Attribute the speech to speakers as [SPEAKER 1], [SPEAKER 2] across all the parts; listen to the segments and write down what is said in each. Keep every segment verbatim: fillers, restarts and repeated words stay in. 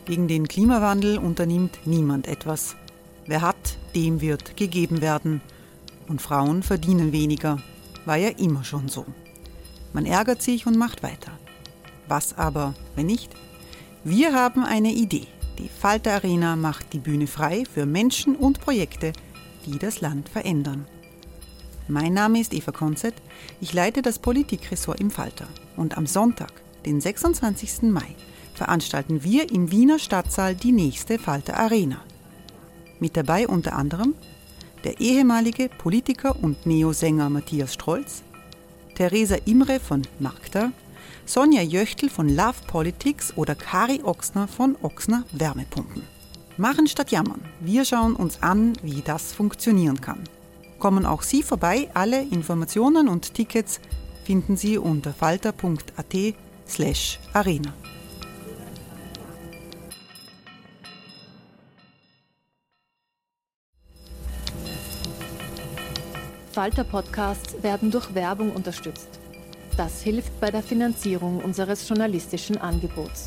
[SPEAKER 1] Gegen den Klimawandel unternimmt niemand etwas. Wer hat, dem wird gegeben werden. Und Frauen verdienen weniger. War ja immer schon so. Man ärgert sich und macht weiter. Was aber, wenn nicht? Wir haben eine Idee. Die Falter Arena macht die Bühne frei für Menschen und Projekte, die das Land verändern. Mein Name ist Eva Konzett, ich leite das Politikressort im Falter. Und am Sonntag, den sechsundzwanzigsten Mai, veranstalten wir im Wiener Stadtsaal die nächste Falter Arena. Mit dabei unter anderem der ehemalige Politiker und Neosänger Matthias Strolz, Theresa Imre von Magda, Sonja Jöchtl von Love Politics oder Kari Ochsner von Ochsner Wärmepumpen. Machen statt jammern. Wir schauen uns an, wie das funktionieren kann. Kommen auch Sie vorbei. Alle Informationen und Tickets finden Sie unter falter punkt at slash arena.
[SPEAKER 2] Falter-Podcasts werden durch Werbung unterstützt. Das hilft bei der Finanzierung unseres journalistischen Angebots.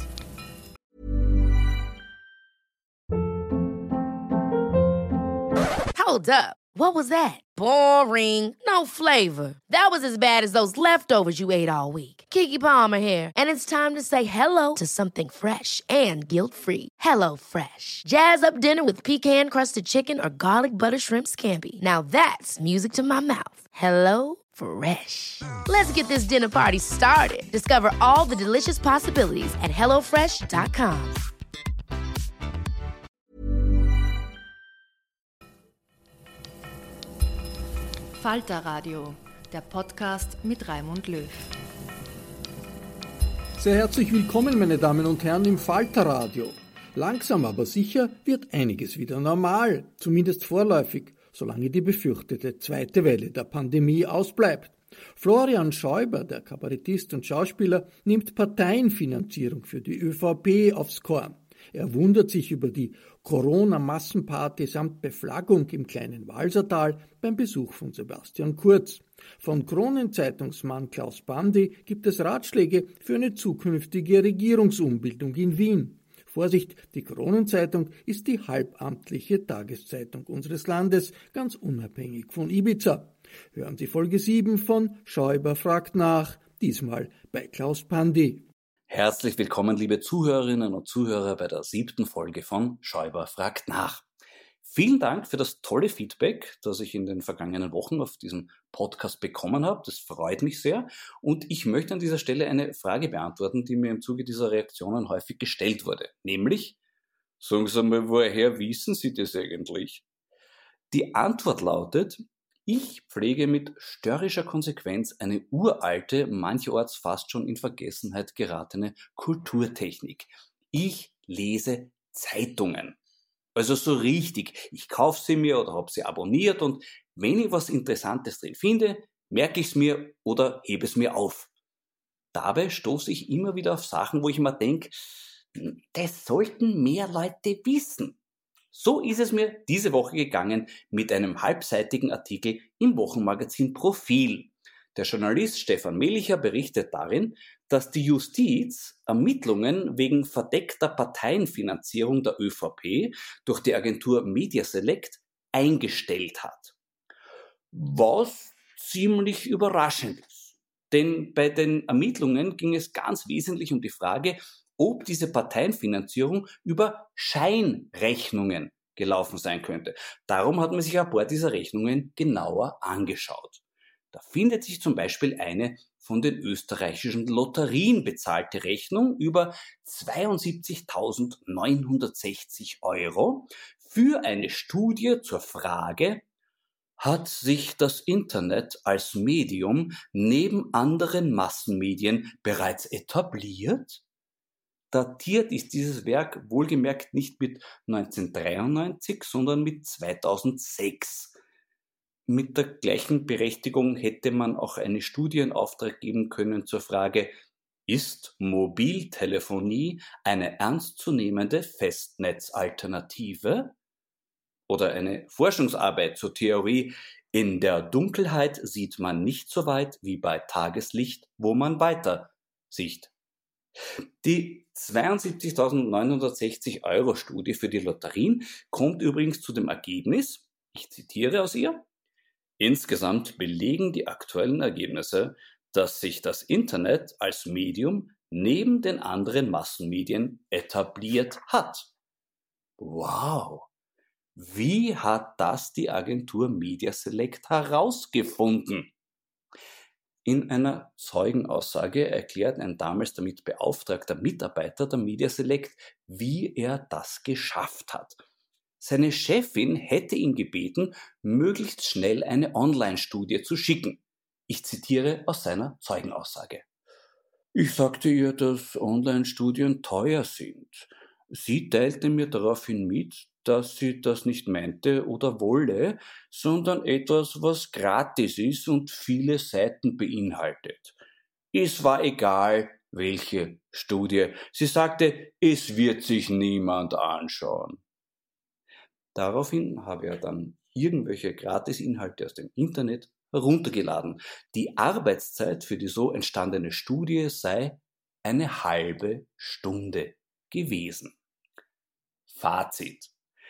[SPEAKER 3] Hold up. What was that? Boring. No flavor. That was as bad as those leftovers you ate all week. Keke Palmer here, and it's time to say hello to something fresh and guilt-free. Hello Fresh. Jazz up dinner with pecan-crusted chicken or garlic butter shrimp scampi. Now that's music to my mouth. Hello Fresh. Let's get this dinner party started. Discover all the delicious possibilities at hello fresh dot com.
[SPEAKER 2] Falter Radio, der Podcast mit Raimund Löw.
[SPEAKER 4] Sehr herzlich willkommen, meine Damen und Herren, im Falter Radio. Langsam aber sicher wird einiges wieder normal, zumindest vorläufig, solange die befürchtete zweite Welle der Pandemie ausbleibt. Florian Schäuber, der Kabarettist und Schauspieler, nimmt Parteienfinanzierung für die ÖVP aufs Korn. Er wundert sich über die Corona-Massenparty samt Beflaggung im kleinen Walsertal beim Besuch von Sebastian Kurz. Von Kronenzeitungsmann Klaus Bandi gibt es Ratschläge für eine zukünftige Regierungsumbildung in Wien. Vorsicht, die Kronenzeitung ist die halbamtliche Tageszeitung unseres Landes, ganz unabhängig von Ibiza. Hören Sie Folge sieben von Schäuber fragt nach, diesmal bei Klaus Bandi.
[SPEAKER 5] Herzlich willkommen, liebe Zuhörerinnen und Zuhörer, bei der siebten Folge von Schäuber fragt nach. Vielen Dank für das tolle Feedback, das ich in den vergangenen Wochen auf diesem Podcast bekommen habe. Das freut mich sehr. Und ich möchte an dieser Stelle eine Frage beantworten, die mir im Zuge dieser Reaktionen häufig gestellt wurde. Nämlich, sagen Sie mal, woher wissen Sie das eigentlich? Die Antwort lautet: Ich pflege mit störrischer Konsequenz eine uralte, mancherorts fast schon in Vergessenheit geratene Kulturtechnik. Ich lese Zeitungen. Also so richtig. Ich kaufe sie mir oder habe sie abonniert und wenn ich was Interessantes drin finde, merke ich es mir oder hebe es mir auf. Dabei stoße ich immer wieder auf Sachen, wo ich mir denke, das sollten mehr Leute wissen. So ist es mir diese Woche gegangen mit einem halbseitigen Artikel im Wochenmagazin Profil. Der Journalist Stefan Melicher berichtet darin, dass die Justiz Ermittlungen wegen verdeckter Parteienfinanzierung der ÖVP durch die Agentur Mediaselect eingestellt hat. Was ziemlich überraschend ist. Denn bei den Ermittlungen ging es ganz wesentlich um die Frage, ob diese Parteienfinanzierung über Scheinrechnungen gelaufen sein könnte. Darum hat man sich ein paar dieser Rechnungen genauer angeschaut. Da findet sich zum Beispiel eine von den österreichischen Lotterien bezahlte Rechnung über zweiundsiebzigtausendneunhundertsechzig Euro für eine Studie zur Frage, hat sich das Internet als Medium neben anderen Massenmedien bereits etabliert? Datiert ist dieses Werk wohlgemerkt nicht mit neunzehnhundertdreiundneunzig, sondern mit zweitausendsechs. Mit der gleichen Berechtigung hätte man auch eine Studie in Auftrag geben können zur Frage, ist Mobiltelefonie eine ernstzunehmende Festnetzalternative? Oder eine Forschungsarbeit zur Theorie, in der Dunkelheit sieht man nicht so weit wie bei Tageslicht, wo man weiter sieht. Die zweiundsiebzigtausendneunhundertsechzig Euro Studie für die Lotterien kommt übrigens zu dem Ergebnis, ich zitiere aus ihr, insgesamt belegen die aktuellen Ergebnisse, dass sich das Internet als Medium neben den anderen Massenmedien etabliert hat. Wow! Wie hat das die Agentur Media Select herausgefunden? In einer Zeugenaussage erklärt ein damals damit beauftragter Mitarbeiter der Media Select, wie er das geschafft hat. Seine Chefin hätte ihn gebeten, möglichst schnell eine Online-Studie zu schicken. Ich zitiere aus seiner Zeugenaussage. Ich sagte ihr, dass Online-Studien teuer sind. Sie teilte mir daraufhin mit, dass sie das nicht meinte oder wolle, sondern etwas, was gratis ist und viele Seiten beinhaltet. Es war egal, welche Studie. Sie sagte, es wird sich niemand anschauen. Daraufhin habe er dann irgendwelche Gratisinhalte aus dem Internet heruntergeladen. Die Arbeitszeit für die so entstandene Studie sei eine halbe Stunde gewesen. Fazit.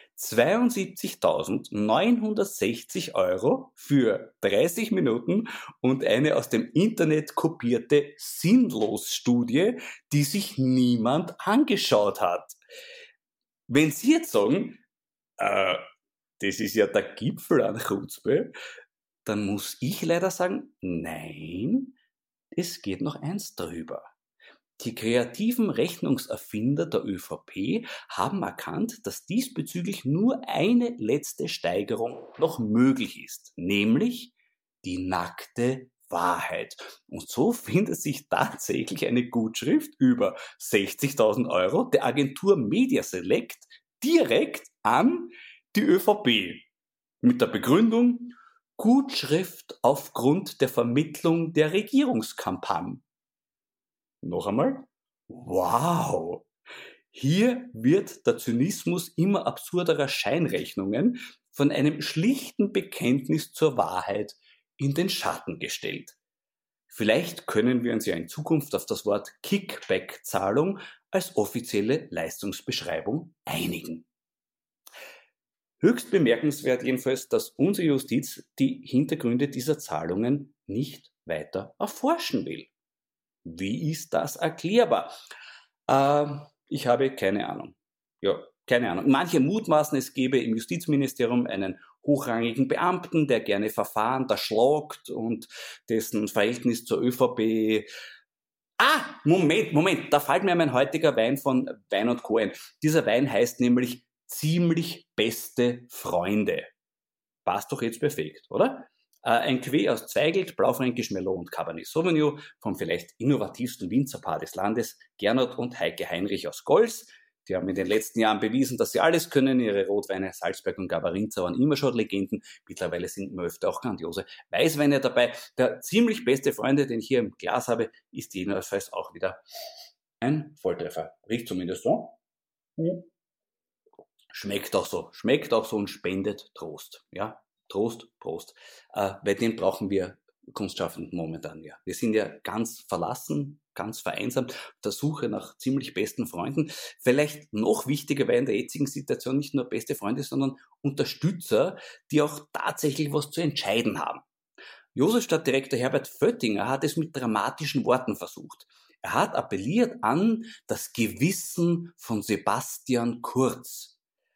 [SPEAKER 5] zweiundsiebzigtausendneunhundertsechzig Euro für dreißig Minuten und eine aus dem Internet kopierte Sinnlos-Studie, die sich niemand angeschaut hat. Wenn Sie jetzt sagen, äh, das ist ja der Gipfel an Chutzpe, dann muss ich leider sagen, nein, es geht noch eins drüber. Die kreativen Rechnungserfinder der ÖVP haben erkannt, dass diesbezüglich nur eine letzte Steigerung noch möglich ist, nämlich die nackte Wahrheit. Und so findet sich tatsächlich eine Gutschrift über sechzigtausend Euro der Agentur Media Select direkt an die ÖVP mit der Begründung Gutschrift aufgrund der Vermittlung der Regierungskampagne. Noch einmal? Wow! Hier wird der Zynismus immer absurderer Scheinrechnungen von einem schlichten Bekenntnis zur Wahrheit in den Schatten gestellt. Vielleicht können wir uns ja in Zukunft auf das Wort Kickback-Zahlung als offizielle Leistungsbeschreibung einigen. Höchst bemerkenswert jedenfalls, dass unsere Justiz die Hintergründe dieser Zahlungen nicht weiter erforschen will. Wie ist das erklärbar? Äh, ich habe keine Ahnung. Ja, keine Ahnung. Manche mutmaßen, es gebe im Justizministerium einen hochrangigen Beamten, der gerne Verfahren erschlagt und dessen Verhältnis zur ÖVP... Ah, Moment, Moment, da fällt mir mein heutiger Wein von Wein und Co. ein. Dieser Wein heißt nämlich ziemlich beste Freunde. Passt doch jetzt perfekt, oder? Ein Cuvée aus Zweigelt, Blaufränkisch, Merlot und Cabernet Sauvignon vom vielleicht innovativsten Winzerpaar des Landes, Gernot und Heike Heinrich aus Gols. Die haben in den letzten Jahren bewiesen, dass sie alles können. Ihre Rotweine Salzberg und Gabarinza waren immer schon Legenden. Mittlerweile sind immer öfter auch grandiose Weißweine dabei. Der ziemlich beste Freunde, den ich hier im Glas habe, ist jedenfalls auch wieder ein Volltreffer. Riecht zumindest so. Schmeckt auch so. Schmeckt auch so und spendet Trost. Ja, Trost, Prost. Äh, bei dem brauchen wir Kunstschaffenden momentan ja. Wir sind ja ganz verlassen, ganz vereinsamt, auf der Suche nach ziemlich besten Freunden. Vielleicht noch wichtiger wäre in der jetzigen Situation nicht nur beste Freunde, sondern Unterstützer, die auch tatsächlich was zu entscheiden haben. Josefstadt-Direktor Herbert Föttinger hat es mit dramatischen Worten versucht. Er hat appelliert an das Gewissen von Sebastian Kurz.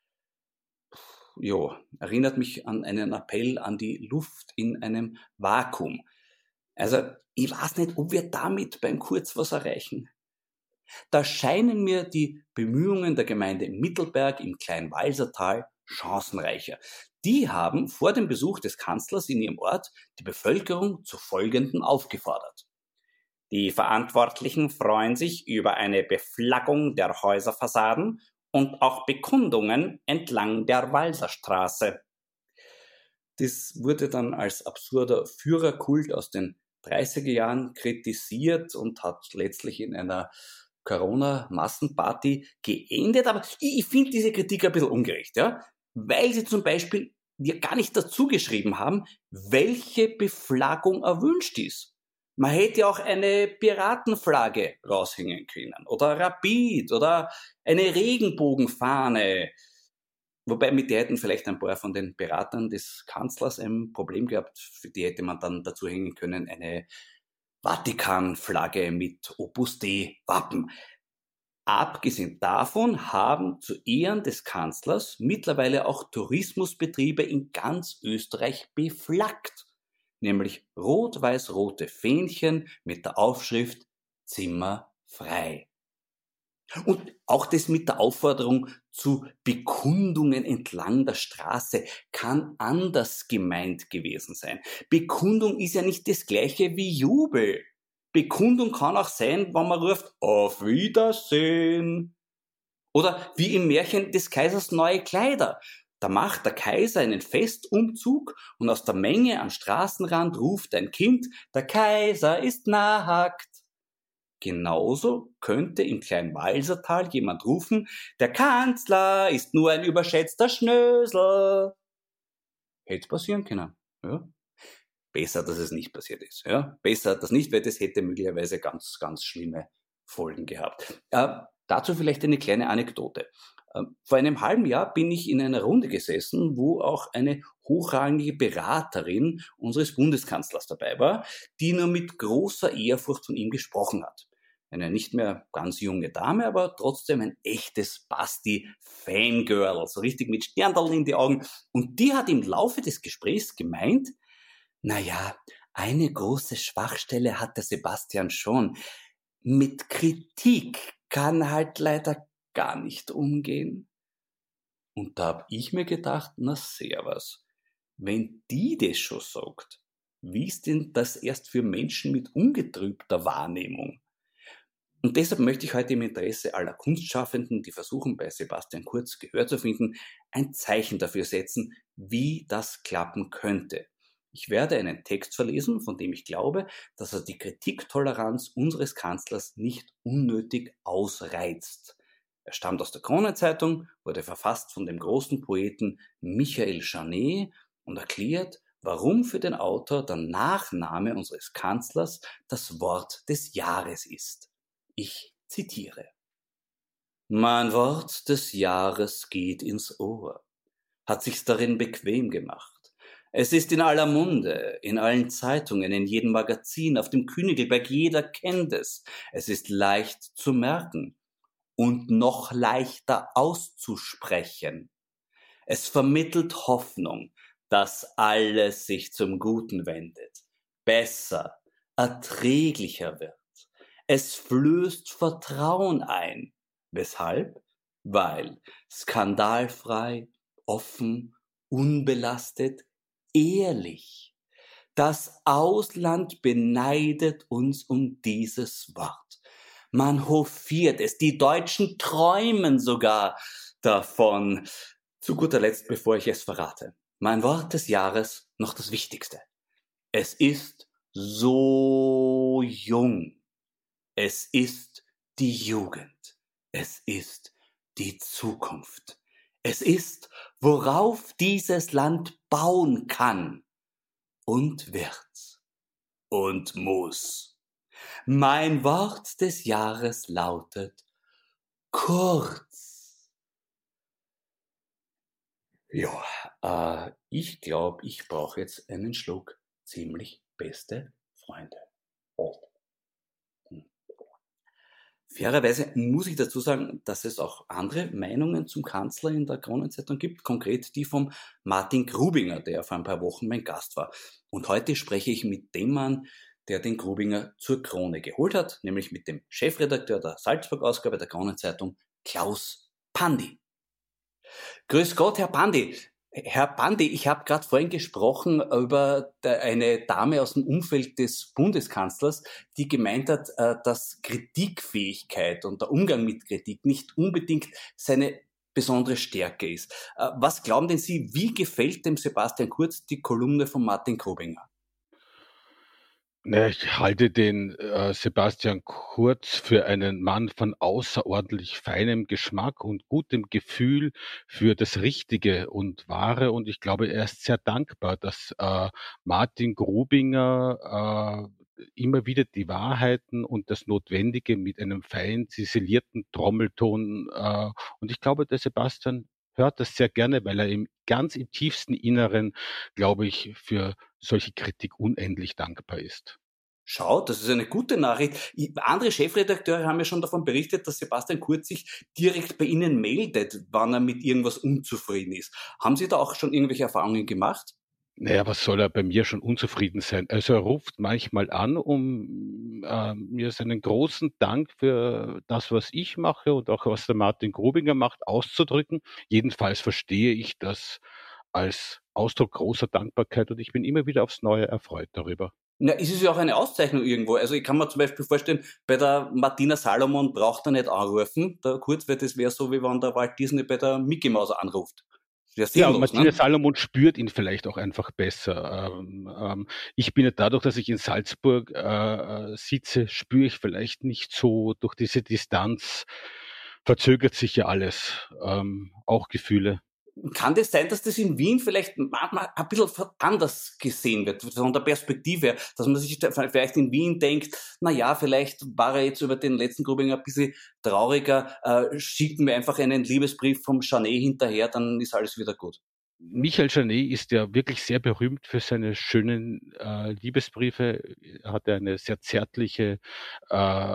[SPEAKER 5] Jo, erinnert mich an einen Appell an die Luft in einem Vakuum. Also, ich weiß nicht, ob wir damit beim Kurz was erreichen. Da scheinen mir die Bemühungen der Gemeinde Mittelberg im Kleinwalsertal chancenreicher. Die haben vor dem Besuch des Kanzlers in ihrem Ort die Bevölkerung zu Folgendem aufgefordert. Die Verantwortlichen freuen sich über eine Beflaggung der Häuserfassaden und auch Bekundungen entlang der Walserstraße. Das wurde dann als absurder Führerkult aus den dreißiger Jahren kritisiert und hat letztlich in einer Corona-Massenparty geendet. Aber ich, ich finde diese Kritik ein bisschen ungerecht, ja, weil sie zum Beispiel ja gar nicht dazu geschrieben haben, welche Beflaggung erwünscht ist. Man hätte auch eine Piratenflagge raushängen können oder Rapid oder eine Regenbogenfahne. Wobei mit der hätten vielleicht ein paar von den Beratern des Kanzlers ein Problem gehabt. Für die hätte man dann dazu hängen können eine Vatikanflagge mit Opus Dei-Wappen. Abgesehen davon haben zu Ehren des Kanzlers mittlerweile auch Tourismusbetriebe in ganz Österreich beflaggt. Nämlich rot-weiß-rote Fähnchen mit der Aufschrift Zimmer frei. Und auch das mit der Aufforderung zu Bekundungen entlang der Straße kann anders gemeint gewesen sein. Bekundung ist ja nicht das gleiche wie Jubel. Bekundung kann auch sein, wenn man ruft, auf Wiedersehen. Oder wie im Märchen des Kaisers neue Kleider. Da macht der Kaiser einen Festumzug und aus der Menge am Straßenrand ruft ein Kind, der Kaiser ist nackt. Genauso könnte im Kleinwalsertal jemand rufen, der Kanzler ist nur ein überschätzter Schnösel. Hätte passieren können, ja. Besser, dass es nicht passiert ist, ja. Besser das nicht, weil das hätte möglicherweise ganz, ganz schlimme Folgen gehabt. Äh, dazu vielleicht eine kleine Anekdote. Äh, vor einem halben Jahr bin ich in einer Runde gesessen, wo auch eine hochrangige Beraterin unseres Bundeskanzlers dabei war, die nur mit großer Ehrfurcht von ihm gesprochen hat. Eine nicht mehr ganz junge Dame, aber trotzdem ein echtes Basti-Fangirl, so richtig mit Sterndallen in die Augen. Und die hat im Laufe des Gesprächs gemeint, naja, eine große Schwachstelle hat der Sebastian schon. Mit Kritik kann er halt leider gar nicht umgehen. Und da hab ich mir gedacht, na servus, wenn die das schon sagt, wie ist denn das erst für Menschen mit ungetrübter Wahrnehmung? Und deshalb möchte ich heute im Interesse aller Kunstschaffenden, die versuchen, bei Sebastian Kurz Gehör zu finden, ein Zeichen dafür setzen, wie das klappen könnte. Ich werde einen Text verlesen, von dem ich glaube, dass er die Kritiktoleranz unseres Kanzlers nicht unnötig ausreizt. Er stammt aus der Kronenzeitung, wurde verfasst von dem großen Poeten Michael Janet und erklärt, warum für den Autor der Nachname unseres Kanzlers das Wort des Jahres ist. Ich zitiere. Mein Wort des Jahres geht ins Ohr, hat sich's darin bequem gemacht. Es ist in aller Munde, in allen Zeitungen, in jedem Magazin, auf dem Königelberg, jeder kennt es. Es ist leicht zu merken und noch leichter auszusprechen. Es vermittelt Hoffnung, dass alles sich zum Guten wendet, besser, erträglicher wird. Es flößt Vertrauen ein. Weshalb? Weil skandalfrei, offen, unbelastet, ehrlich. Das Ausland beneidet uns um dieses Wort. Man hofiert es. Die Deutschen träumen sogar davon. Zu guter Letzt, bevor ich es verrate. Mein Wort des Jahres, noch das Wichtigste. Es ist so jung. Es ist die Jugend. Es ist die Zukunft. Es ist, worauf dieses Land bauen kann und wird und muss. Mein Wort des Jahres lautet Kurz. Ja, äh, ich glaube, ich brauche jetzt einen Schluck ziemlich beste Freunde. Fairerweise muss ich dazu sagen, dass es auch andere Meinungen zum Kanzler in der Kronenzeitung gibt, konkret die vom Martin Grubinger, der vor ein paar Wochen mein Gast war. Und heute spreche ich mit dem Mann, der den Grubinger zur Krone geholt hat, nämlich mit dem Chefredakteur der Salzburg-Ausgabe der Kronenzeitung, Klaus Pandy. Grüß Gott, Herr Pandy. Herr Pandy, ich habe gerade vorhin gesprochen über eine Dame aus dem Umfeld des Bundeskanzlers, die gemeint hat, dass Kritikfähigkeit und der Umgang mit Kritik nicht unbedingt seine besondere Stärke ist. Was glauben denn Sie, wie gefällt dem Sebastian Kurz die Kolumne von Martin Grubinger?
[SPEAKER 6] Ne, ich halte den äh, Sebastian Kurz für einen Mann von außerordentlich feinem Geschmack und gutem Gefühl für das Richtige und Wahre. Und ich glaube, er ist sehr dankbar, dass äh, Martin Grubinger immer wieder die Wahrheiten und das Notwendige mit einem fein ziselierten Trommelton. Äh, und ich glaube, der Sebastian hört das sehr gerne, weil er im ganz im tiefsten Inneren, glaube ich, für solche Kritik unendlich dankbar ist.
[SPEAKER 5] Schau, das ist eine gute Nachricht. Andere Chefredakteure haben ja schon davon berichtet, dass Sebastian Kurz sich direkt bei Ihnen meldet, wann er mit irgendwas unzufrieden ist. Haben Sie da auch schon irgendwelche Erfahrungen gemacht?
[SPEAKER 6] Naja, was soll er bei mir schon unzufrieden sein? Also er ruft manchmal an, um äh, mir seinen großen Dank für das, was ich mache und auch was der Martin Grubinger macht, auszudrücken. Jedenfalls verstehe ich das als Ausdruck großer Dankbarkeit und ich bin immer wieder aufs Neue erfreut darüber.
[SPEAKER 5] Na, ist es ja auch eine Auszeichnung irgendwo. Also ich kann mir zum Beispiel vorstellen, bei der Martina Salomon braucht er nicht anrufen, der Kurz, weil das wäre so, wie wenn der Walt Disney bei der Mickey Mouse anruft. Sinnlos,
[SPEAKER 6] ja, Martina
[SPEAKER 5] ne?
[SPEAKER 6] Salomon spürt ihn vielleicht auch einfach besser. Ähm, ähm, ich bin ja dadurch, dass ich in Salzburg äh, sitze, spüre ich vielleicht nicht so durch diese Distanz, verzögert sich ja alles, ähm, auch Gefühle.
[SPEAKER 5] Kann das sein, dass das in Wien vielleicht manchmal ein bisschen anders gesehen wird, von der Perspektive her, dass man sich vielleicht in Wien denkt, na ja, vielleicht war er jetzt über den letzten Grubinger ein bisschen trauriger, äh, schicken wir einfach einen Liebesbrief vom Janet hinterher, dann ist alles wieder gut.
[SPEAKER 6] Michael Janet ist ja wirklich sehr berühmt für seine schönen äh, Liebesbriefe. Er hat eine sehr zärtliche äh,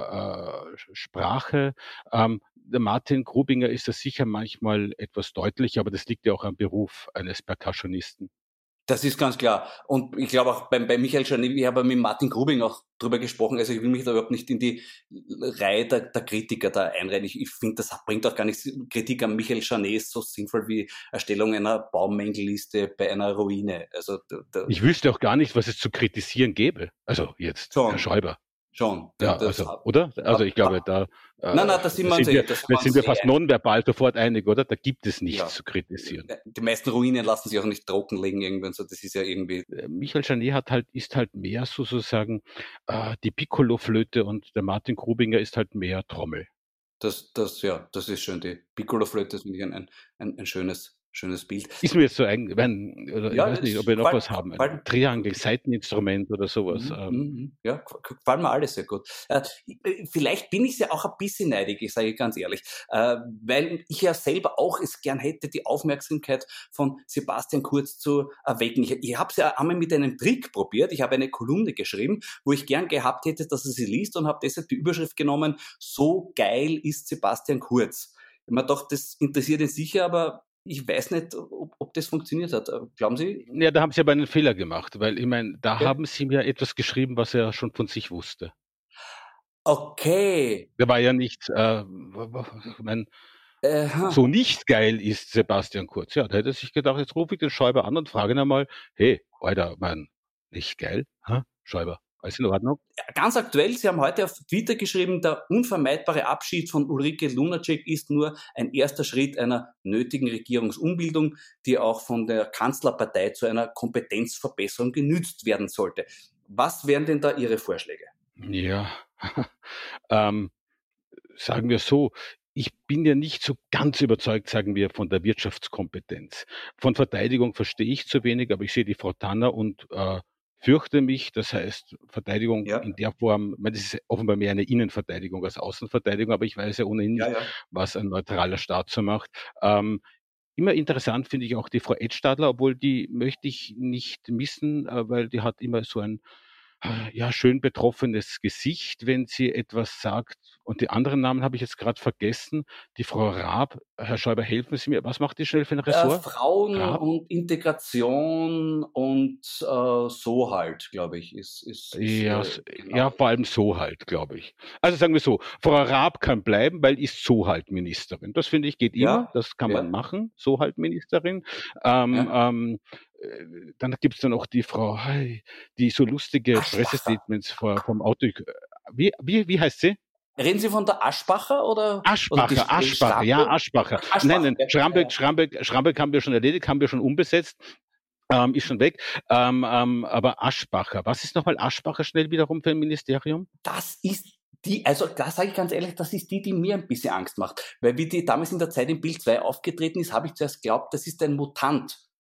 [SPEAKER 6] äh, Sprache. Ähm, der Martin Grubinger ist da sicher manchmal etwas deutlicher, aber das liegt ja auch am Beruf eines Percussionisten.
[SPEAKER 5] Das ist ganz klar. Und ich glaube auch beim, bei Michael Janet, ich habe mit Martin Grubing auch drüber gesprochen, also ich will mich da überhaupt nicht in die Reihe der, der Kritiker da einreihen. Ich, ich finde, das bringt auch gar nichts. Kritik an Michael Janet ist so sinnvoll wie Erstellung einer Baumängelliste bei einer Ruine. Also da, da
[SPEAKER 6] Ich wüsste auch gar nicht, was es zu kritisieren gäbe. Also jetzt,
[SPEAKER 5] schon.
[SPEAKER 6] Herr Schäuber.
[SPEAKER 5] Schon.
[SPEAKER 6] Ja,
[SPEAKER 5] das,
[SPEAKER 6] also, oder? Also ich glaube, da, äh,
[SPEAKER 5] nein, nein, das sind wir uns
[SPEAKER 6] wir,
[SPEAKER 5] eh, das
[SPEAKER 6] wir sind wir
[SPEAKER 5] eh
[SPEAKER 6] fast
[SPEAKER 5] ein.
[SPEAKER 6] nonverbal sofort einig, oder? Da gibt es nichts
[SPEAKER 5] Ja.
[SPEAKER 6] zu kritisieren.
[SPEAKER 5] Die meisten Ruinen lassen sich auch nicht trockenlegen irgendwann, so das ist ja irgendwie.
[SPEAKER 6] Michael Janet hat halt, ist halt mehr sozusagen äh, die Piccolo-Flöte und der Martin Grubinger ist halt mehr Trommel.
[SPEAKER 5] Das, das, ja, das ist schön. Die Piccolo-Flöte ist ein, ein, ein, ein schönes, schönes Bild.
[SPEAKER 6] Ist mir jetzt so ein, wenn, oder
[SPEAKER 5] Ja,
[SPEAKER 6] ich weiß nicht, ob wir noch
[SPEAKER 5] gefallen,
[SPEAKER 6] was haben. Ein
[SPEAKER 5] gefallen.
[SPEAKER 6] Triangel, Saiteninstrument oder sowas.
[SPEAKER 5] Mhm,
[SPEAKER 6] ähm.
[SPEAKER 5] mhm, ja, gefallen mir alles sehr gut. Äh, vielleicht bin ich ja auch ein bisschen neidig, ich sage ganz ehrlich, äh, weil ich ja selber auch es gern hätte, die Aufmerksamkeit von Sebastian Kurz zu erwecken. Ich, ich habe es ja einmal mit einem Trick probiert. Ich habe eine Kolumne geschrieben, wo ich gern gehabt hätte, dass er sie liest und habe deshalb die Überschrift genommen, so geil ist Sebastian Kurz. Ich habe mir gedacht, das interessiert ihn sicher, aber ich weiß nicht, ob, ob das funktioniert hat. Glauben Sie?
[SPEAKER 6] Ja, da haben Sie aber einen Fehler gemacht, weil ich meine, da
[SPEAKER 5] Ja.
[SPEAKER 6] haben Sie mir etwas geschrieben, was er schon von sich wusste.
[SPEAKER 5] Okay.
[SPEAKER 6] Der war ja nicht, äh, ich mein,
[SPEAKER 5] Äh,
[SPEAKER 6] so nicht geil ist Sebastian Kurz. Ja, da hätte er sich gedacht, jetzt rufe ich den Schäuber an und frage ihn einmal, hey, Alter, mein, nicht geil? Hä? Schäuber, alles in Ordnung?
[SPEAKER 5] Ganz aktuell, Sie haben heute auf Twitter geschrieben, der unvermeidbare Abschied von Ulrike Lunacek ist nur ein erster Schritt einer nötigen Regierungsumbildung, die auch von der Kanzlerpartei zu einer Kompetenzverbesserung genützt werden sollte. Was wären denn da Ihre Vorschläge?
[SPEAKER 6] Ja, ähm, sagen wir so, ich bin ja nicht so ganz überzeugt, sagen wir, von der Wirtschaftskompetenz. Von Verteidigung verstehe ich zu wenig, aber ich sehe die Frau Tanner und äh, fürchte mich, das heißt Verteidigung
[SPEAKER 5] Ja.
[SPEAKER 6] in der Form, ich meine, das ist offenbar mehr eine Innenverteidigung als Außenverteidigung, aber ich weiß ja ohnehin nicht,
[SPEAKER 5] Ja, ja.
[SPEAKER 6] was ein neutraler Staat so macht. Ähm, immer interessant finde ich auch die Frau Edstadler, obwohl die möchte ich nicht missen, äh, weil die hat immer so ein äh, ja schön betroffenes Gesicht, wenn sie etwas sagt. Und die anderen Namen habe ich jetzt gerade vergessen. Die Frau Raab, Herr Schäuber, helfen Sie mir. Was macht die schnell für ein
[SPEAKER 5] Äh,
[SPEAKER 6] Ressort?
[SPEAKER 5] Frauen
[SPEAKER 6] Raab?
[SPEAKER 5] und Integration und äh, so halt, glaube ich, ist, ist, ist
[SPEAKER 6] Ja,
[SPEAKER 5] äh,
[SPEAKER 6] s-
[SPEAKER 5] genau.
[SPEAKER 6] ja, vor allem so halt, glaube ich. Also sagen wir so, Frau Raab kann bleiben, weil ist so halt Ministerin. Das finde ich geht
[SPEAKER 5] Ja,
[SPEAKER 6] immer, das kann
[SPEAKER 5] ja.
[SPEAKER 6] man machen, so halt Ministerin. Ähm,
[SPEAKER 5] Ja.
[SPEAKER 6] ähm, äh, dann gibt's dann auch die Frau, hey, die so lustige
[SPEAKER 5] Aschbacher.
[SPEAKER 6] Pressestatements vor, vom Auto. Wie, wie, wie heißt sie?
[SPEAKER 5] Reden Sie von der Aschbacher oder?
[SPEAKER 6] Aschbacher,
[SPEAKER 5] oder die
[SPEAKER 6] Aschbacher, ja,
[SPEAKER 5] Schrampel?
[SPEAKER 6] Aschbacher.
[SPEAKER 5] Aschbacher,
[SPEAKER 6] Nein, nein,
[SPEAKER 5] ja,
[SPEAKER 6] Schrambeck,
[SPEAKER 5] ja.
[SPEAKER 6] Schrambeck, Schrambeck haben wir schon erledigt, haben wir schon umbesetzt. Ähm, ist schon weg. Ähm, ähm, aber Aschbacher, was ist nochmal Aschbacher schnell wiederum für ein Ministerium?
[SPEAKER 5] Das ist die, also da sage ich ganz ehrlich, das ist die, die mir ein bisschen Angst macht. Weil wie die damals in der Zeit in Bild zwei aufgetreten ist, habe ich zuerst geglaubt, das ist ein Mutant.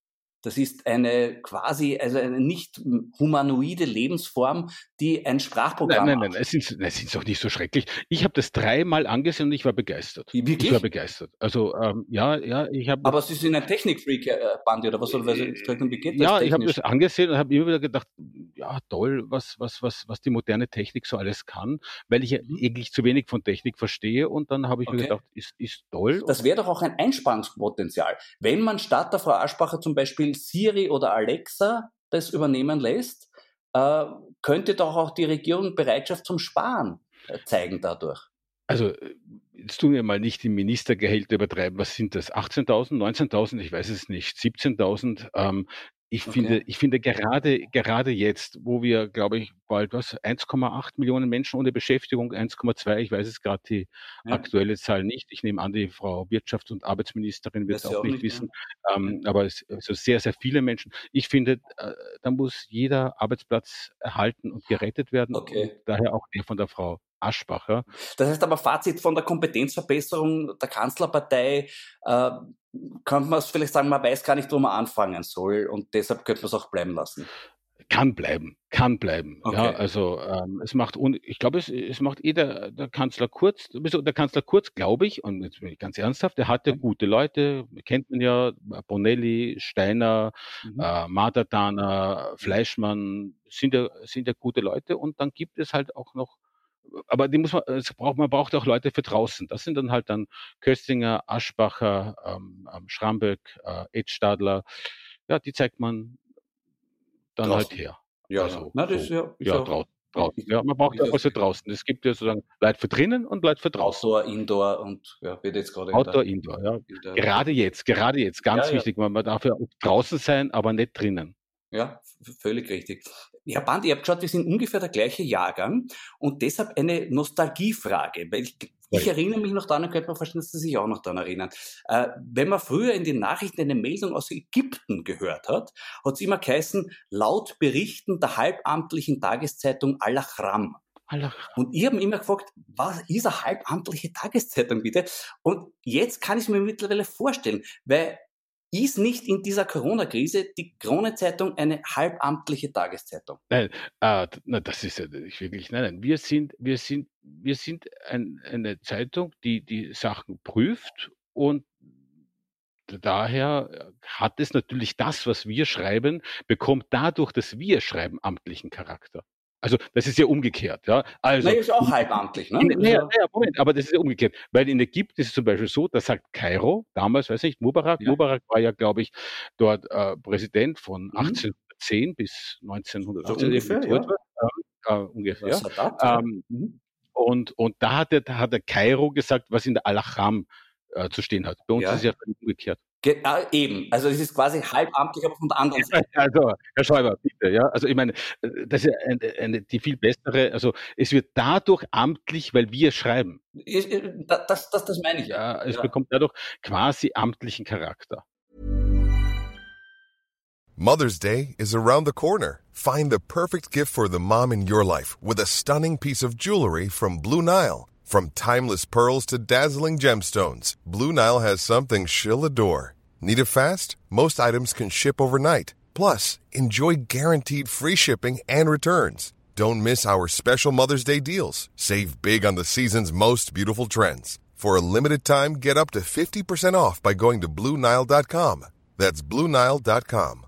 [SPEAKER 5] Das ist eine quasi, also eine nicht humanoide Lebensform, die ein Sprachprogramm
[SPEAKER 6] Nein, nein, nein, es sind, es sind doch nicht so schrecklich. Ich habe das dreimal angesehen und ich war begeistert.
[SPEAKER 5] Wirklich?
[SPEAKER 6] Ich war begeistert. Also, ähm, ja, ja, ich habe...
[SPEAKER 5] Aber Sie sind ein Technikfreak, äh, Bandi, oder was soll das? Wie geht das
[SPEAKER 6] Ja, ich habe
[SPEAKER 5] technisch?
[SPEAKER 6] das angesehen und habe immer wieder gedacht, ja, toll, was, was, was, was die moderne Technik so alles kann, weil ich ja
[SPEAKER 5] Mhm.
[SPEAKER 6] eigentlich zu wenig von Technik verstehe und dann habe ich mir
[SPEAKER 5] Okay.
[SPEAKER 6] gedacht, ist, ist toll.
[SPEAKER 5] Das wäre doch auch ein Einsparungspotenzial. Wenn man statt der Frau Aschbacher zum Beispiel Siri oder Alexa das übernehmen lässt, äh, könnte doch auch die Regierung Bereitschaft zum Sparen äh, zeigen dadurch.
[SPEAKER 6] Also, äh, jetzt tun wir mal nicht die Ministergehälter übertreiben. Was sind das? achtzehntausend, neunzehntausend? Ich weiß es nicht. siebzehntausend? Ähm, ich
[SPEAKER 5] Okay.
[SPEAKER 6] finde, ich finde gerade, gerade jetzt, wo wir, glaube ich, bald was, eins Komma acht Millionen Menschen ohne Beschäftigung, eins Komma zwei, ich weiß es gerade die
[SPEAKER 5] Ja.
[SPEAKER 6] aktuelle Zahl nicht. Ich nehme an, die Frau Wirtschafts- und Arbeitsministerin wird
[SPEAKER 5] Weiß
[SPEAKER 6] es
[SPEAKER 5] sie
[SPEAKER 6] auch
[SPEAKER 5] auch
[SPEAKER 6] nicht
[SPEAKER 5] nicht,
[SPEAKER 6] wissen. Ähm, aber es, also sehr, sehr viele Menschen. Ich finde, äh, da muss jeder Arbeitsplatz erhalten und gerettet werden.
[SPEAKER 5] Okay.
[SPEAKER 6] Und daher auch der von der Frau Aschbacher.
[SPEAKER 5] Das heißt aber, Fazit von der Kompetenzverbesserung der Kanzlerpartei, äh, könnte man es vielleicht sagen, man weiß gar nicht, wo man anfangen soll und deshalb könnte man es auch bleiben lassen.
[SPEAKER 6] Kann bleiben, kann bleiben.
[SPEAKER 5] Okay.
[SPEAKER 6] Ja, also ähm, es macht, un ich glaube, es, es macht eh der, der Kanzler Kurz, sowieso der Kanzler Kurz, glaube ich, und jetzt bin ich ganz ernsthaft, der hat ja gute Leute, kennt man ja, Bonelli, Steiner,
[SPEAKER 5] Mhm.
[SPEAKER 6] äh, Madertaner, Fleischmann, sind ja, sind ja gute Leute und dann gibt es halt auch noch, aber die muss man, es braucht, man braucht auch Leute für draußen. Das sind dann halt dann Köstinger, Aschbacher, ähm, ähm, Schramböck, äh, Edstadler. Ja, die zeigt man dann
[SPEAKER 5] Draußen.
[SPEAKER 6] halt her.
[SPEAKER 5] Ja,
[SPEAKER 6] Also,
[SPEAKER 5] na, das
[SPEAKER 6] so,
[SPEAKER 5] ist ja, ist
[SPEAKER 6] ja,
[SPEAKER 5] auch
[SPEAKER 6] draußen. draußen.
[SPEAKER 5] ist-
[SPEAKER 6] Ja, man braucht
[SPEAKER 5] ist
[SPEAKER 6] auch
[SPEAKER 5] ja
[SPEAKER 6] was für
[SPEAKER 5] sicher.
[SPEAKER 6] draußen. Es gibt ja sozusagen Leute für drinnen und Leute für draußen.
[SPEAKER 5] Outdoor, Indoor und ja, wird jetzt gerade in
[SPEAKER 6] Outdoor,
[SPEAKER 5] der-
[SPEAKER 6] Indoor, ja.
[SPEAKER 5] in der-
[SPEAKER 6] Gerade jetzt, gerade jetzt, ganz
[SPEAKER 5] Ja, ja.
[SPEAKER 6] wichtig, man man darf ja auch draußen sein, aber nicht drinnen.
[SPEAKER 5] Ja, v- völlig richtig. Ja, Bandi, ihr habt geschaut, wir sind ungefähr der gleiche Jahrgang und deshalb eine Nostalgiefrage, weil ich, ich
[SPEAKER 6] Ja.
[SPEAKER 5] erinnere mich noch daran, könnte man verstehen, dass Sie sich auch noch daran erinnern. Äh, wenn man früher in den Nachrichten eine Meldung aus Ägypten gehört hat, hat es immer geheißen, laut Berichten der halbamtlichen Tageszeitung Al-Ahram.
[SPEAKER 6] Allah.
[SPEAKER 5] Und ich habe mich immer gefragt, was ist eine halbamtliche Tageszeitung bitte? Und jetzt kann ich es mir mittlerweile vorstellen, weil ist nicht in dieser Corona-Krise die Krone-Zeitung eine halbamtliche Tageszeitung?
[SPEAKER 6] Nein, äh, na, das ist ja nicht wirklich, nein, nein, wir sind, wir sind, wir sind ein, eine Zeitung, die die Sachen prüft und daher hat es natürlich das, was wir schreiben, bekommt dadurch, dass wir schreiben, amtlichen Charakter. Also das ist ja umgekehrt, ja. Also
[SPEAKER 5] Naja, ist auch halbamtlich, ne?
[SPEAKER 6] in,
[SPEAKER 5] Ist
[SPEAKER 6] naja,
[SPEAKER 5] ja-
[SPEAKER 6] naja, Moment, aber das ist ja umgekehrt. Weil in Ägypten ist es zum Beispiel so, da sagt Kairo, damals, weiß ich nicht, Mubarak,
[SPEAKER 5] Ja.
[SPEAKER 6] Mubarak war ja, glaube ich, dort äh, Präsident von
[SPEAKER 5] Mhm.
[SPEAKER 6] achtzehnhundertzehn bis neunzehnhundertachtzehn.
[SPEAKER 5] So ungefähr,
[SPEAKER 6] irgendwie so
[SPEAKER 5] ja.
[SPEAKER 6] etwas. Ähm, äh, ungefähr.
[SPEAKER 5] Was hat das? Ja.
[SPEAKER 6] Ähm,
[SPEAKER 5] Mhm.
[SPEAKER 6] und, und da hat der, da hat der Kairo gesagt, was in der Al-Ahram äh, zu stehen hat. Bei uns
[SPEAKER 5] Ja.
[SPEAKER 6] ist es ja völlig umgekehrt.
[SPEAKER 5] Ge ah, eben, also es ist quasi halbamtlich, aber von der anderen Seite.
[SPEAKER 6] Also, Herr Schäuber, bitte, ja. Also ich meine, äh, das ist ja eine, eine, die viel bessere, also es wird dadurch amtlich, weil wir schreiben.
[SPEAKER 5] Ist- äh, Das, das, das, das meine ich.
[SPEAKER 6] Ja, es
[SPEAKER 5] Ja.
[SPEAKER 6] bekommt dadurch quasi amtlichen Charakter.
[SPEAKER 7] Mother's Day is around the corner. Find the perfect gift for the mom in your life with a stunning piece of jewelry from Blue Nile. From timeless pearls to dazzling gemstones, Blue Nile has something she'll adore. Need it fast? Most items can ship overnight. Plus, enjoy guaranteed free shipping and returns. Don't miss our special Mother's Day deals. Save big on the season's most beautiful trends. For a limited time, get up to fifty percent off by going to Blue Nile dot com. That's Blue Nile dot com.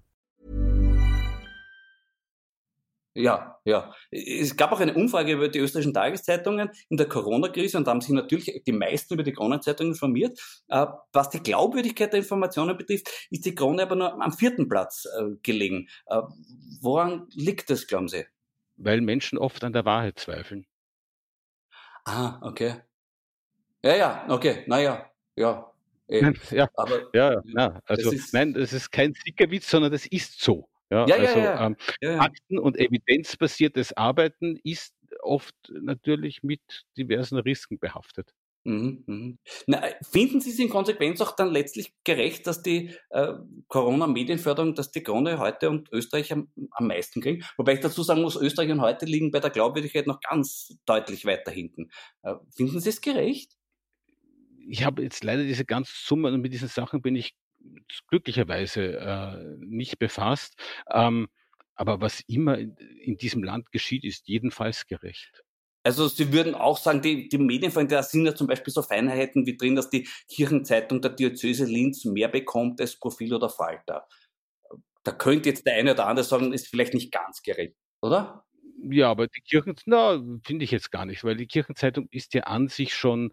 [SPEAKER 5] Ja, ja. Es gab auch eine Umfrage über die österreichischen Tageszeitungen in der Corona-Krise und da haben sich natürlich die meisten über die Krone-Zeitung informiert. Äh, was die Glaubwürdigkeit der Informationen betrifft, ist die Krone aber nur am vierten Platz äh, gelegen. Äh, woran liegt das, glauben Sie?
[SPEAKER 6] Weil Menschen oft an der Wahrheit zweifeln.
[SPEAKER 5] Ah, okay. Ja, ja, okay, naja, ja. Eh.
[SPEAKER 6] Ja,
[SPEAKER 5] Aber
[SPEAKER 6] ja, ja, na, also
[SPEAKER 5] Das ist-
[SPEAKER 6] nein, das ist kein Sickerwitz, sondern das ist so. Ja,
[SPEAKER 5] Ja, ja,
[SPEAKER 6] also
[SPEAKER 5] ja.
[SPEAKER 6] Ähm,
[SPEAKER 5] ja, ja.
[SPEAKER 6] Fakten- und evidenzbasiertes Arbeiten ist oft natürlich mit diversen Risiken behaftet.
[SPEAKER 5] Mhm, mhm. Na, finden Sie es in Konsequenz auch dann letztlich gerecht, dass die äh, Corona-Medienförderung, dass die Krone heute und Österreich am, am meisten kriegen? Wobei ich dazu sagen muss, Österreich und heute liegen bei der Glaubwürdigkeit noch ganz deutlich weiter hinten. Äh, finden Sie es gerecht?
[SPEAKER 6] Ich habe jetzt leider diese ganzen Summen und mit diesen Sachen bin ich damit glücklicherweise äh, nicht befasst. Ähm, aber was immer in, in diesem Land geschieht, ist jedenfalls gerecht.
[SPEAKER 5] Also Sie würden auch sagen, die, die Medienvereine, da sind ja zum Beispiel so Feinheiten wie drin, dass die Kirchenzeitung der Diözese Linz mehr bekommt als Profil oder Falter. Da könnte jetzt der eine oder andere sagen, ist vielleicht nicht ganz gerecht, oder?
[SPEAKER 6] Ja, aber die Kirchen, na, finde ich jetzt gar nicht, weil die Kirchenzeitung ist ja an sich schon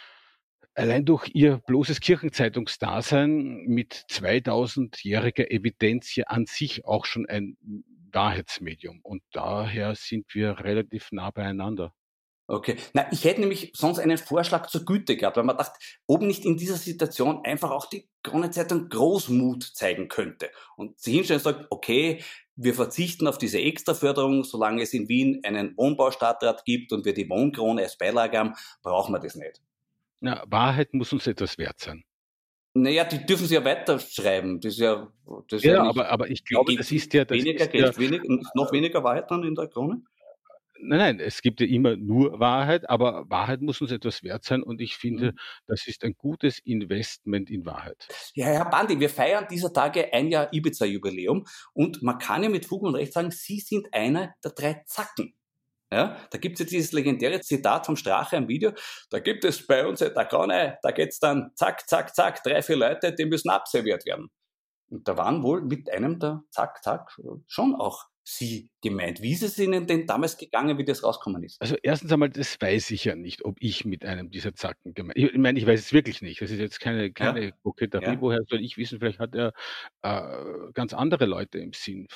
[SPEAKER 6] allein durch ihr bloßes Kirchenzeitungsdasein mit zweitausendjähriger Evidenz ja an sich auch schon ein Wahrheitsmedium. Und daher sind wir relativ nah beieinander.
[SPEAKER 5] Okay. Na, ich hätte nämlich sonst einen Vorschlag zur Güte gehabt, weil man dachte, ob nicht in dieser Situation einfach auch die Kronenzeitung Großmut zeigen könnte und sie hinstellen und sagen, okay, wir verzichten auf diese Extraförderung, solange es in Wien einen Wohnbaustadtrat gibt und wir die Wohnkrone als Beilage haben, brauchen wir das nicht.
[SPEAKER 6] Na, Wahrheit muss uns etwas wert sein.
[SPEAKER 5] Naja, die dürfen sie ja weiterschreiben. Das ist ja, das ist
[SPEAKER 6] Ja,
[SPEAKER 5] ja nicht
[SPEAKER 6] aber, aber ich glaube, das ist ja, das
[SPEAKER 5] weniger
[SPEAKER 6] ist
[SPEAKER 5] Geld,
[SPEAKER 6] ja,
[SPEAKER 5] wenig, noch weniger Wahrheit dann in der Krone?
[SPEAKER 6] nein, nein, es gibt ja immer nur Wahrheit, aber Wahrheit muss uns etwas wert sein und ich finde,
[SPEAKER 5] Mhm.
[SPEAKER 6] das ist ein gutes Investment in Wahrheit.
[SPEAKER 5] Ja, Herr Bandi, wir feiern dieser Tage ein Jahr Ibiza-Jubiläum und man kann ja mit Fug und Recht sagen, Sie sind einer der drei Zacken. Ja, da gibt es ja dieses legendäre Zitat vom Strache im Video, da gibt es bei uns in der Krone, da geht's dann zack, zack, zack, drei, vier Leute, die müssen abserviert werden. Und da waren wohl mit einem der zack, zack schon auch Sie gemeint. Wie ist es Ihnen denn damals gegangen, wie das rausgekommen ist?
[SPEAKER 6] Also erstens einmal, das weiß ich ja nicht, ob ich mit einem dieser Zacken gemeint. Ich meine, ich weiß es wirklich nicht. Das ist jetzt keine, keine
[SPEAKER 5] Ja.
[SPEAKER 6] Koketterie.
[SPEAKER 5] Ja.
[SPEAKER 6] Woher soll ich wissen? Vielleicht hat er äh, ganz andere Leute im Sinn.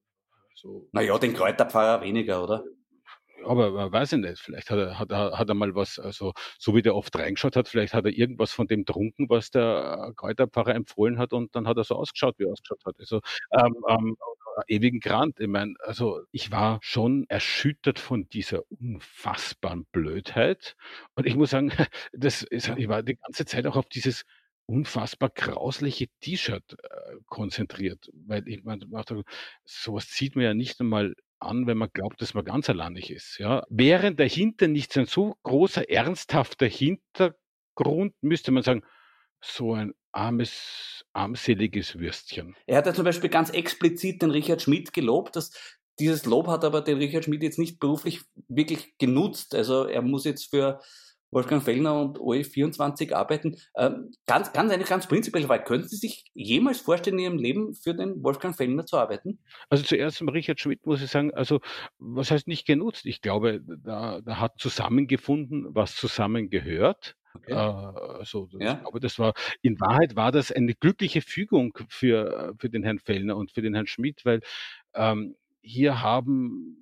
[SPEAKER 6] So.
[SPEAKER 5] Naja, den Kräuterpfarrer weniger, oder?
[SPEAKER 6] Aber man weiß ich nicht, vielleicht hat er, hat, er, hat er mal was, also so wie der oft reingeschaut hat, vielleicht hat er irgendwas von dem trunken, was der Kräuterpfarrer empfohlen hat und dann hat er so ausgeschaut, wie er ausgeschaut hat. Also ähm, ähm, ewigen Grant. Ich meine, also ich war schon erschüttert von dieser unfassbaren Blödheit und ich muss sagen, das ist, ich war die ganze Zeit auch auf dieses unfassbar grausliche T-Shirt äh, konzentriert, weil ich meine, sowas sieht man ja nicht einmal an, wenn man glaubt, dass man ganz alleinig ist. Ja. Während dahinter nicht so ein so großer, ernsthafter Hintergrund, müsste man sagen, so ein armes, armseliges Würstchen.
[SPEAKER 5] Er hat ja zum Beispiel ganz explizit den Richard Schmidt gelobt. Dass dieses Lob hat aber den Richard Schmidt jetzt nicht beruflich wirklich genutzt. Also er muss jetzt für Wolfgang Fellner und O E vierundzwanzig arbeiten. Ähm, ganz, ganz, eine ganz prinzipielle Frage. Könnten Sie sich jemals vorstellen, in Ihrem Leben für den Wolfgang Fellner zu arbeiten?
[SPEAKER 6] Also zuerst zum Richard Schmidt muss ich sagen, also was heißt nicht genutzt? Ich glaube, da, da hat zusammengefunden, was zusammengehört. Okay. Äh, also ja. Ich glaube, das war, in Wahrheit war das eine glückliche Fügung für, für den Herrn Fellner und für den Herrn Schmidt, weil ähm, hier haben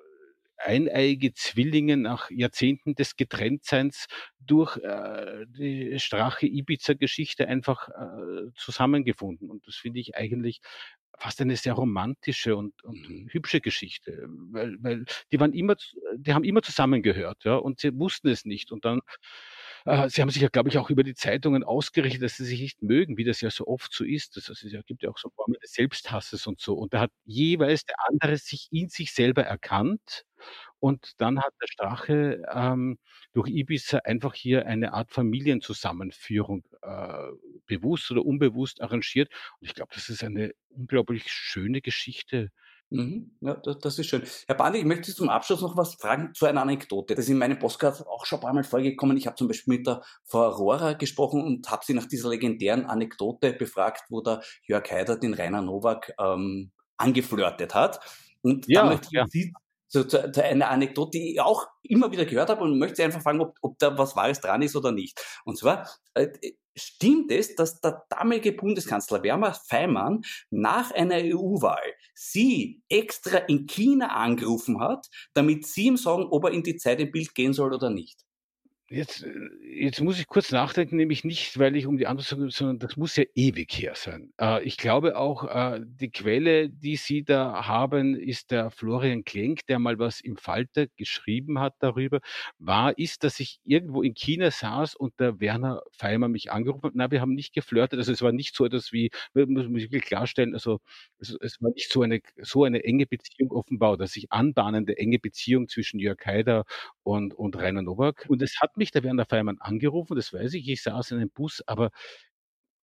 [SPEAKER 6] eineiige Zwillinge nach Jahrzehnten des Getrenntseins durch äh, die Strache-Ibiza-Geschichte einfach äh, zusammengefunden. Und das finde ich eigentlich fast eine sehr romantische und, und mhm. hübsche Geschichte, weil, weil die waren immer, die haben immer zusammengehört, ja, und sie wussten es nicht. Und dann äh, sie haben sich ja, glaube ich, auch über die Zeitungen ausgerichtet, dass sie sich nicht mögen, wie das ja so oft so ist. Das, also, es gibt ja auch so Formen des Selbsthasses und so. Und da hat jeweils der andere sich in sich selber erkannt. Und dann hat der Strache ähm, durch Ibiza einfach hier eine Art Familienzusammenführung äh, bewusst oder unbewusst arrangiert. Und ich glaube, das ist eine unglaublich schöne Geschichte.
[SPEAKER 5] Mhm. Ja, das, das ist schön. Herr Bandi, ich möchte Sie zum Abschluss noch was fragen zu einer Anekdote. Das ist in meinem Podcast auch schon ein paar Mal vorgekommen. Ich habe zum Beispiel mit der Frau Aurora gesprochen und habe sie nach dieser legendären Anekdote befragt, wo der Jörg Haider den Rainer Nowak ähm, angeflirtet hat. Und
[SPEAKER 6] ja,
[SPEAKER 5] da möchte ich
[SPEAKER 6] ja.
[SPEAKER 5] Sie zu, zu, zu einer Anekdote, die ich auch immer wieder gehört habe und möchte Sie einfach fragen, ob, ob da was Wahres dran ist oder nicht. Und zwar äh, stimmt es, dass der damalige Bundeskanzler Werner Faymann nach einer E U-Wahl Sie extra in China angerufen hat, damit Sie ihm sagen, ob er in die Zeit im Bild gehen soll oder nicht?
[SPEAKER 6] Jetzt, jetzt muss ich kurz nachdenken, nämlich nicht, weil ich um die Antwort sage, sondern das muss ja ewig her sein. Äh, ich glaube auch, äh, die Quelle, die Sie da haben, ist der Florian Klenk, der mal was im Falter geschrieben hat darüber. Wahr ist, dass ich irgendwo in China saß und der Werner Faymann mich angerufen hat. Na, wir haben nicht geflirtet. Also es war nicht so etwas wie, muss man wirklich klarstellen, also es, es war nicht so eine, so eine enge Beziehung offenbar, dass sich anbahnende enge Beziehung zwischen Jörg Haider und, und Rainer Nowak. Und es hat mich der Werner Faymann angerufen, das weiß ich, ich saß in einem Bus, aber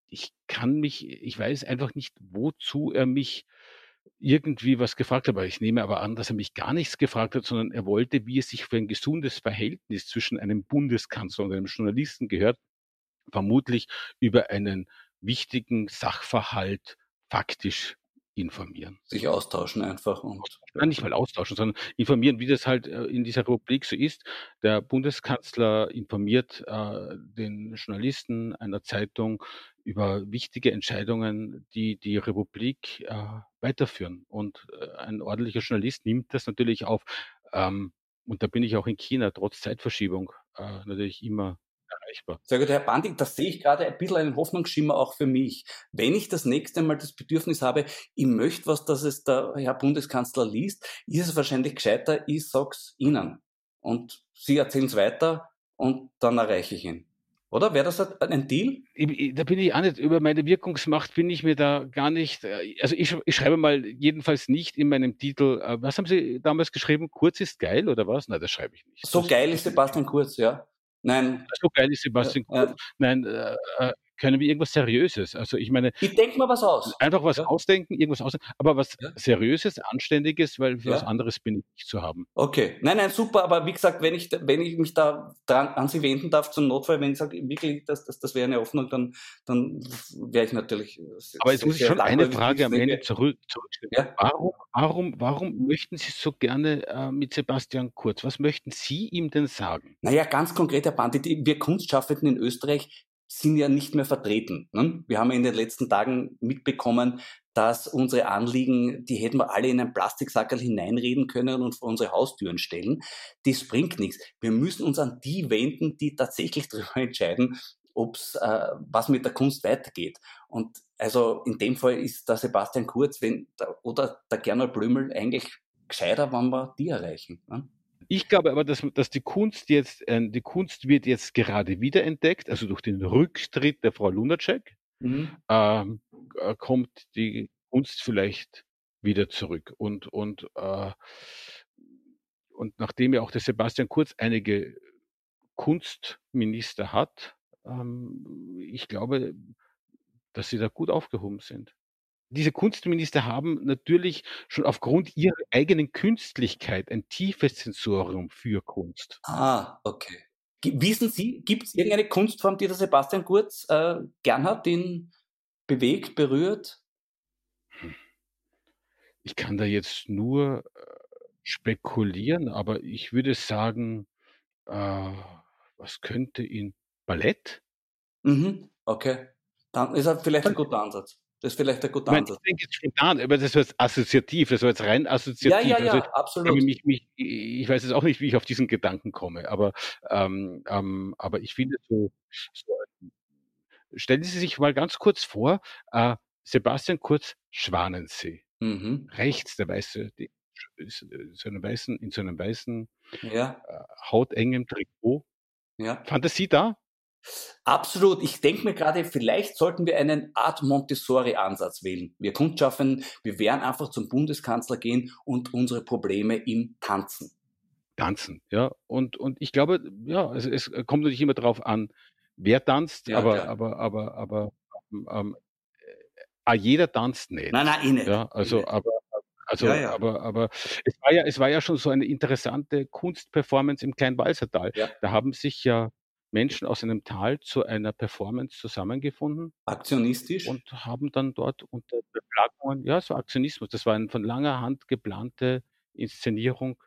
[SPEAKER 6] ich kann mich, ich weiß einfach nicht, wozu er mich irgendwie was gefragt hat, aber ich nehme aber an, dass er mich gar nichts gefragt hat, sondern er wollte, wie es sich für ein gesundes Verhältnis zwischen einem Bundeskanzler und einem Journalisten gehört, vermutlich über einen wichtigen Sachverhalt faktisch informieren.
[SPEAKER 5] Sich austauschen einfach und
[SPEAKER 6] Nein, nicht mal austauschen, sondern informieren, wie das halt äh, in dieser Republik so ist. Der Bundeskanzler informiert äh, den Journalisten einer Zeitung über wichtige Entscheidungen, die die Republik äh, weiterführen. Und äh, ein ordentlicher Journalist nimmt das natürlich auf. Ähm, und da bin ich auch in China trotz Zeitverschiebung äh, natürlich immer erreichbar.
[SPEAKER 5] Sehr gut, Herr Bandig, da sehe ich gerade ein bisschen einen Hoffnungsschimmer auch für mich. Wenn ich das nächste Mal das Bedürfnis habe, ich möchte was, dass es der Herr Bundeskanzler liest, ist es wahrscheinlich gescheiter, ich sag's Ihnen. Und Sie erzählen es weiter und dann erreiche ich ihn. Oder? Wäre das ein Deal?
[SPEAKER 6] Ich, ich, da bin ich auch nicht, über meine Wirkungsmacht bin ich mir da gar nicht, äh, also ich, ich schreibe mal jedenfalls nicht in meinem Titel, äh, was haben Sie damals geschrieben? Kurz ist geil oder was? Nein, das schreibe ich nicht.
[SPEAKER 5] So
[SPEAKER 6] das,
[SPEAKER 5] geil ist Sebastian Kurz, ja. Nein.
[SPEAKER 6] So geil ist Sebastian
[SPEAKER 5] ja,
[SPEAKER 6] Kurz. Ja. Nein, äh, äh, können wir irgendwas Seriöses? Also ich meine,
[SPEAKER 5] ich denke mal was aus.
[SPEAKER 6] Einfach was
[SPEAKER 5] ja.
[SPEAKER 6] ausdenken, irgendwas ausdenken, aber was
[SPEAKER 5] ja.
[SPEAKER 6] Seriöses, Anständiges, weil für
[SPEAKER 5] ja.
[SPEAKER 6] was anderes bin ich nicht zu haben.
[SPEAKER 5] Okay, nein, nein, super, aber wie gesagt, wenn ich, wenn ich mich da dran, an Sie wenden darf zum Notfall, wenn ich sage, wirklich, das, das, das wäre eine Hoffnung, dann, dann wäre ich natürlich.
[SPEAKER 6] Aber jetzt muss ich schon eine Frage am Ende zurück, zurückstellen.
[SPEAKER 5] Ja?
[SPEAKER 6] Warum, warum, warum möchten Sie so gerne äh, mit Sebastian Kurz? Was möchten Sie ihm denn sagen?
[SPEAKER 5] Naja, ganz konkret, Herr Bandit, wir Kunstschaffenden in Österreich sind ja nicht mehr vertreten. Ne? Wir haben in den letzten Tagen mitbekommen, dass unsere Anliegen, die hätten wir alle in einen Plastiksackerl hineinreden können und vor unsere Haustüren stellen. Das bringt nichts. Wir müssen uns an die wenden, die tatsächlich darüber entscheiden, ob's, äh, was mit der Kunst weitergeht. Und also in dem Fall ist der Sebastian Kurz wenn, oder der Gernot Blümel eigentlich gescheiter, wenn wir die erreichen. Ne?
[SPEAKER 6] Ich glaube aber, dass, dass die Kunst jetzt, äh, die Kunst wird jetzt gerade wiederentdeckt, also durch den Rücktritt der Frau Lunacek, mhm. ähm, äh, kommt die Kunst vielleicht wieder zurück. Und, und, äh, und nachdem ja auch der Sebastian Kurz einige Kunstminister hat, ähm, ich glaube, dass sie da gut aufgehoben sind. Diese Kunstminister haben natürlich schon aufgrund ihrer eigenen Künstlichkeit ein tiefes Sensorium für Kunst.
[SPEAKER 5] Ah, okay. Wissen Sie, gibt es irgendeine Kunstform, die der Sebastian Kurz äh, gern hat, den bewegt, berührt?
[SPEAKER 6] Ich kann da jetzt nur äh, spekulieren, aber ich würde sagen, äh, was könnte ihn? Ballett?
[SPEAKER 5] Mhm, okay. Dann ist er vielleicht ein guter Ansatz. Das ist vielleicht ein guter Ansatz.
[SPEAKER 6] Ich denke jetzt spontan, aber das war jetzt assoziativ, das war jetzt rein assoziativ.
[SPEAKER 5] Ja, ja, ja,
[SPEAKER 6] also,
[SPEAKER 5] absolut.
[SPEAKER 6] Mich, mich, ich weiß jetzt auch nicht, wie ich auf diesen Gedanken komme, aber, ähm, ähm, aber ich finde so, so, stellen Sie sich mal ganz kurz vor, äh, Sebastian Kurz, Schwanensee.
[SPEAKER 5] Mhm.
[SPEAKER 6] Rechts der weiße, die, so einem weißen, in so einem weißen,
[SPEAKER 5] ja.
[SPEAKER 6] äh, hautengem Trikot.
[SPEAKER 5] Ja.
[SPEAKER 6] Fantasie da?
[SPEAKER 5] Absolut. Ich denke mir gerade, vielleicht sollten wir einen Art Montessori-Ansatz wählen. Wir Kunstschaffenden, wir werden einfach zum Bundeskanzler gehen und unsere Probleme ihm tanzen.
[SPEAKER 6] Tanzen, ja. Und, und ich glaube, ja, es, es kommt natürlich immer darauf an, wer tanzt, ja, aber, aber, aber, aber, ähm, äh, jeder tanzt nicht.
[SPEAKER 5] Nein, nein, ich nicht.
[SPEAKER 6] Ja, also,
[SPEAKER 5] ich nicht.
[SPEAKER 6] aber, also,
[SPEAKER 5] ja, ja.
[SPEAKER 6] aber, aber es war ja, es war ja schon so eine interessante Kunstperformance im Kleinwalsertal.
[SPEAKER 5] Ja.
[SPEAKER 6] Da haben sich ja Menschen aus einem Tal zu einer Performance zusammengefunden.
[SPEAKER 5] Aktionistisch.
[SPEAKER 6] Und haben dann dort unter Beflagungen, ja, so Aktionismus, das war eine von langer Hand geplante Inszenierung.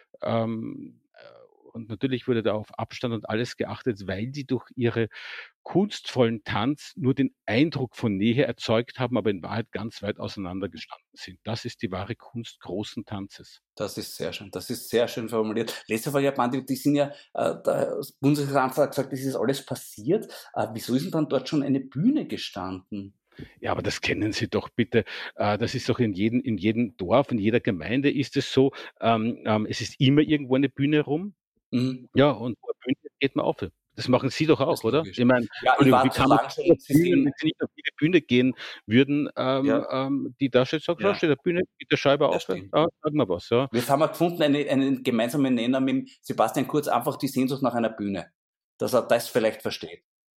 [SPEAKER 6] Ähm, und natürlich wurde da auf Abstand und alles geachtet, weil die durch ihre kunstvollen Tanz nur den Eindruck von Nähe erzeugt haben, aber in Wahrheit ganz weit auseinander gestanden sind. Das ist die wahre Kunst großen Tanzes.
[SPEAKER 5] Das ist sehr schön, das ist sehr schön formuliert. Letzte Frage, Herr Bandi, die sind ja, äh, der Bundeskanzler hat gesagt, das ist alles passiert. Äh, wieso ist denn dann dort schon eine Bühne gestanden?
[SPEAKER 6] Ja, aber das kennen Sie doch bitte. Äh, das ist doch in jedem, in jedem Dorf, in jeder Gemeinde ist es so. Ähm, ähm, es ist immer irgendwo eine Bühne rum. Mhm. Ja, und vor der Bühne geht man auf. Das machen Sie doch auch, oder? Ich meine,
[SPEAKER 5] ja, ich
[SPEAKER 6] wie kann man,
[SPEAKER 5] schon,
[SPEAKER 6] Bühne, wenn Sie nicht auf jede Bühne gehen würden, ähm, ja. ähm, die da steht, sagt, ja. da steht der Bühne, geht der Scheibe auf, ja, sagen wir was. Ja.
[SPEAKER 5] Jetzt haben wir gefunden, eine, einen gemeinsamen Nenner mit Sebastian Kurz, einfach die Sehnsucht nach einer Bühne, dass er das vielleicht versteht.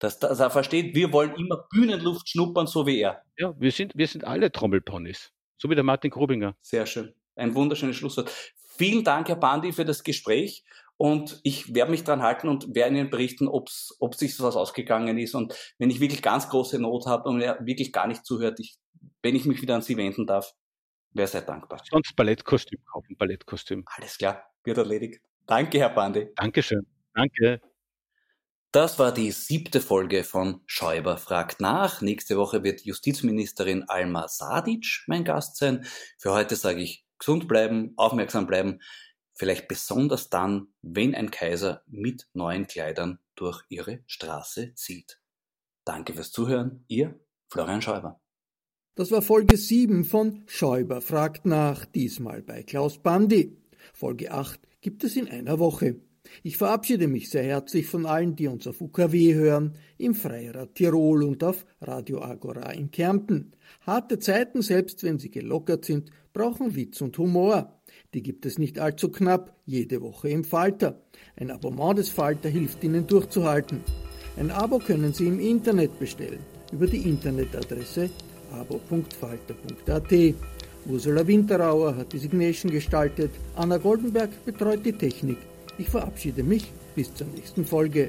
[SPEAKER 5] Dass, dass er versteht, wir wollen immer Bühnenluft schnuppern, so wie er.
[SPEAKER 6] Ja, wir sind, wir sind alle Trommelponys. So wie der Martin Grubinger.
[SPEAKER 5] Sehr schön. Ein wunderschönes Schlusswort. Vielen Dank, Herr Bandi, für das Gespräch. Und ich werde mich dran halten und werde Ihnen berichten, ob's, ob sich was ausgegangen ist. Und wenn ich wirklich ganz große Not habe und er wirklich gar nicht zuhört, ich, wenn ich mich wieder an Sie wenden darf, wäre sehr dankbar.
[SPEAKER 6] Sonst Ballettkostüm kaufen, Ballettkostüm.
[SPEAKER 5] Alles klar, wird erledigt. Danke, Herr Bandi.
[SPEAKER 6] Dankeschön. Danke.
[SPEAKER 5] Das war die siebte Folge von Schäuber fragt nach. Nächste Woche wird Justizministerin Alma Sadic mein Gast sein. Für heute sage ich gesund bleiben, aufmerksam bleiben. Vielleicht besonders dann, wenn ein Kaiser mit neuen Kleidern durch ihre Straße zieht. Danke fürs Zuhören. Ihr Florian Schäuber.
[SPEAKER 4] Das war Folge sieben von Schäuber fragt nach, diesmal bei Klaus Bandi. Folge acht gibt es in einer Woche. Ich verabschiede mich sehr herzlich von allen, die uns auf U K W hören, im Freirad Tirol und auf Radio Agora in Kärnten. Harte Zeiten, selbst wenn sie gelockert sind, brauchen Witz und Humor. Die gibt es nicht allzu knapp, jede Woche im Falter. Ein Abonnement des Falter hilft Ihnen durchzuhalten. Ein Abo können Sie im Internet bestellen, über die Internetadresse abo punkt falter punkt a t. Ursula Winterauer hat die Signation gestaltet, Anna Goldenberg betreut die Technik. Ich verabschiede mich bis zur nächsten Folge.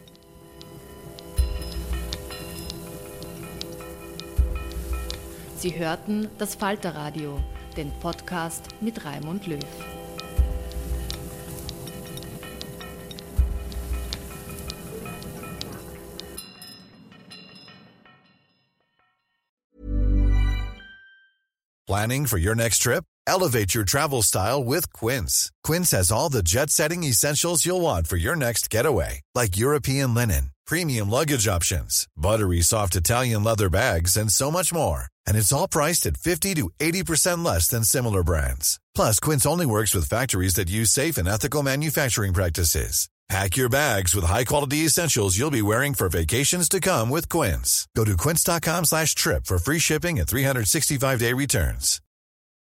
[SPEAKER 2] Sie hörten das Falterradio, den Podcast mit Raimund Löw.
[SPEAKER 8] Planning for your next trip? Elevate your travel style with Quince. Quince has all the jet-setting essentials you'll want for your next getaway, like European linen, premium luggage options, buttery soft Italian leather bags, and so much more. And it's all priced at fifty to eighty percent less than similar brands. Plus, Quince only works with factories that use safe and ethical manufacturing practices. Pack your bags with high-quality essentials you'll be wearing for vacations to come with Quince. Go to quince dot com slash trip for free shipping and three sixty-five day returns.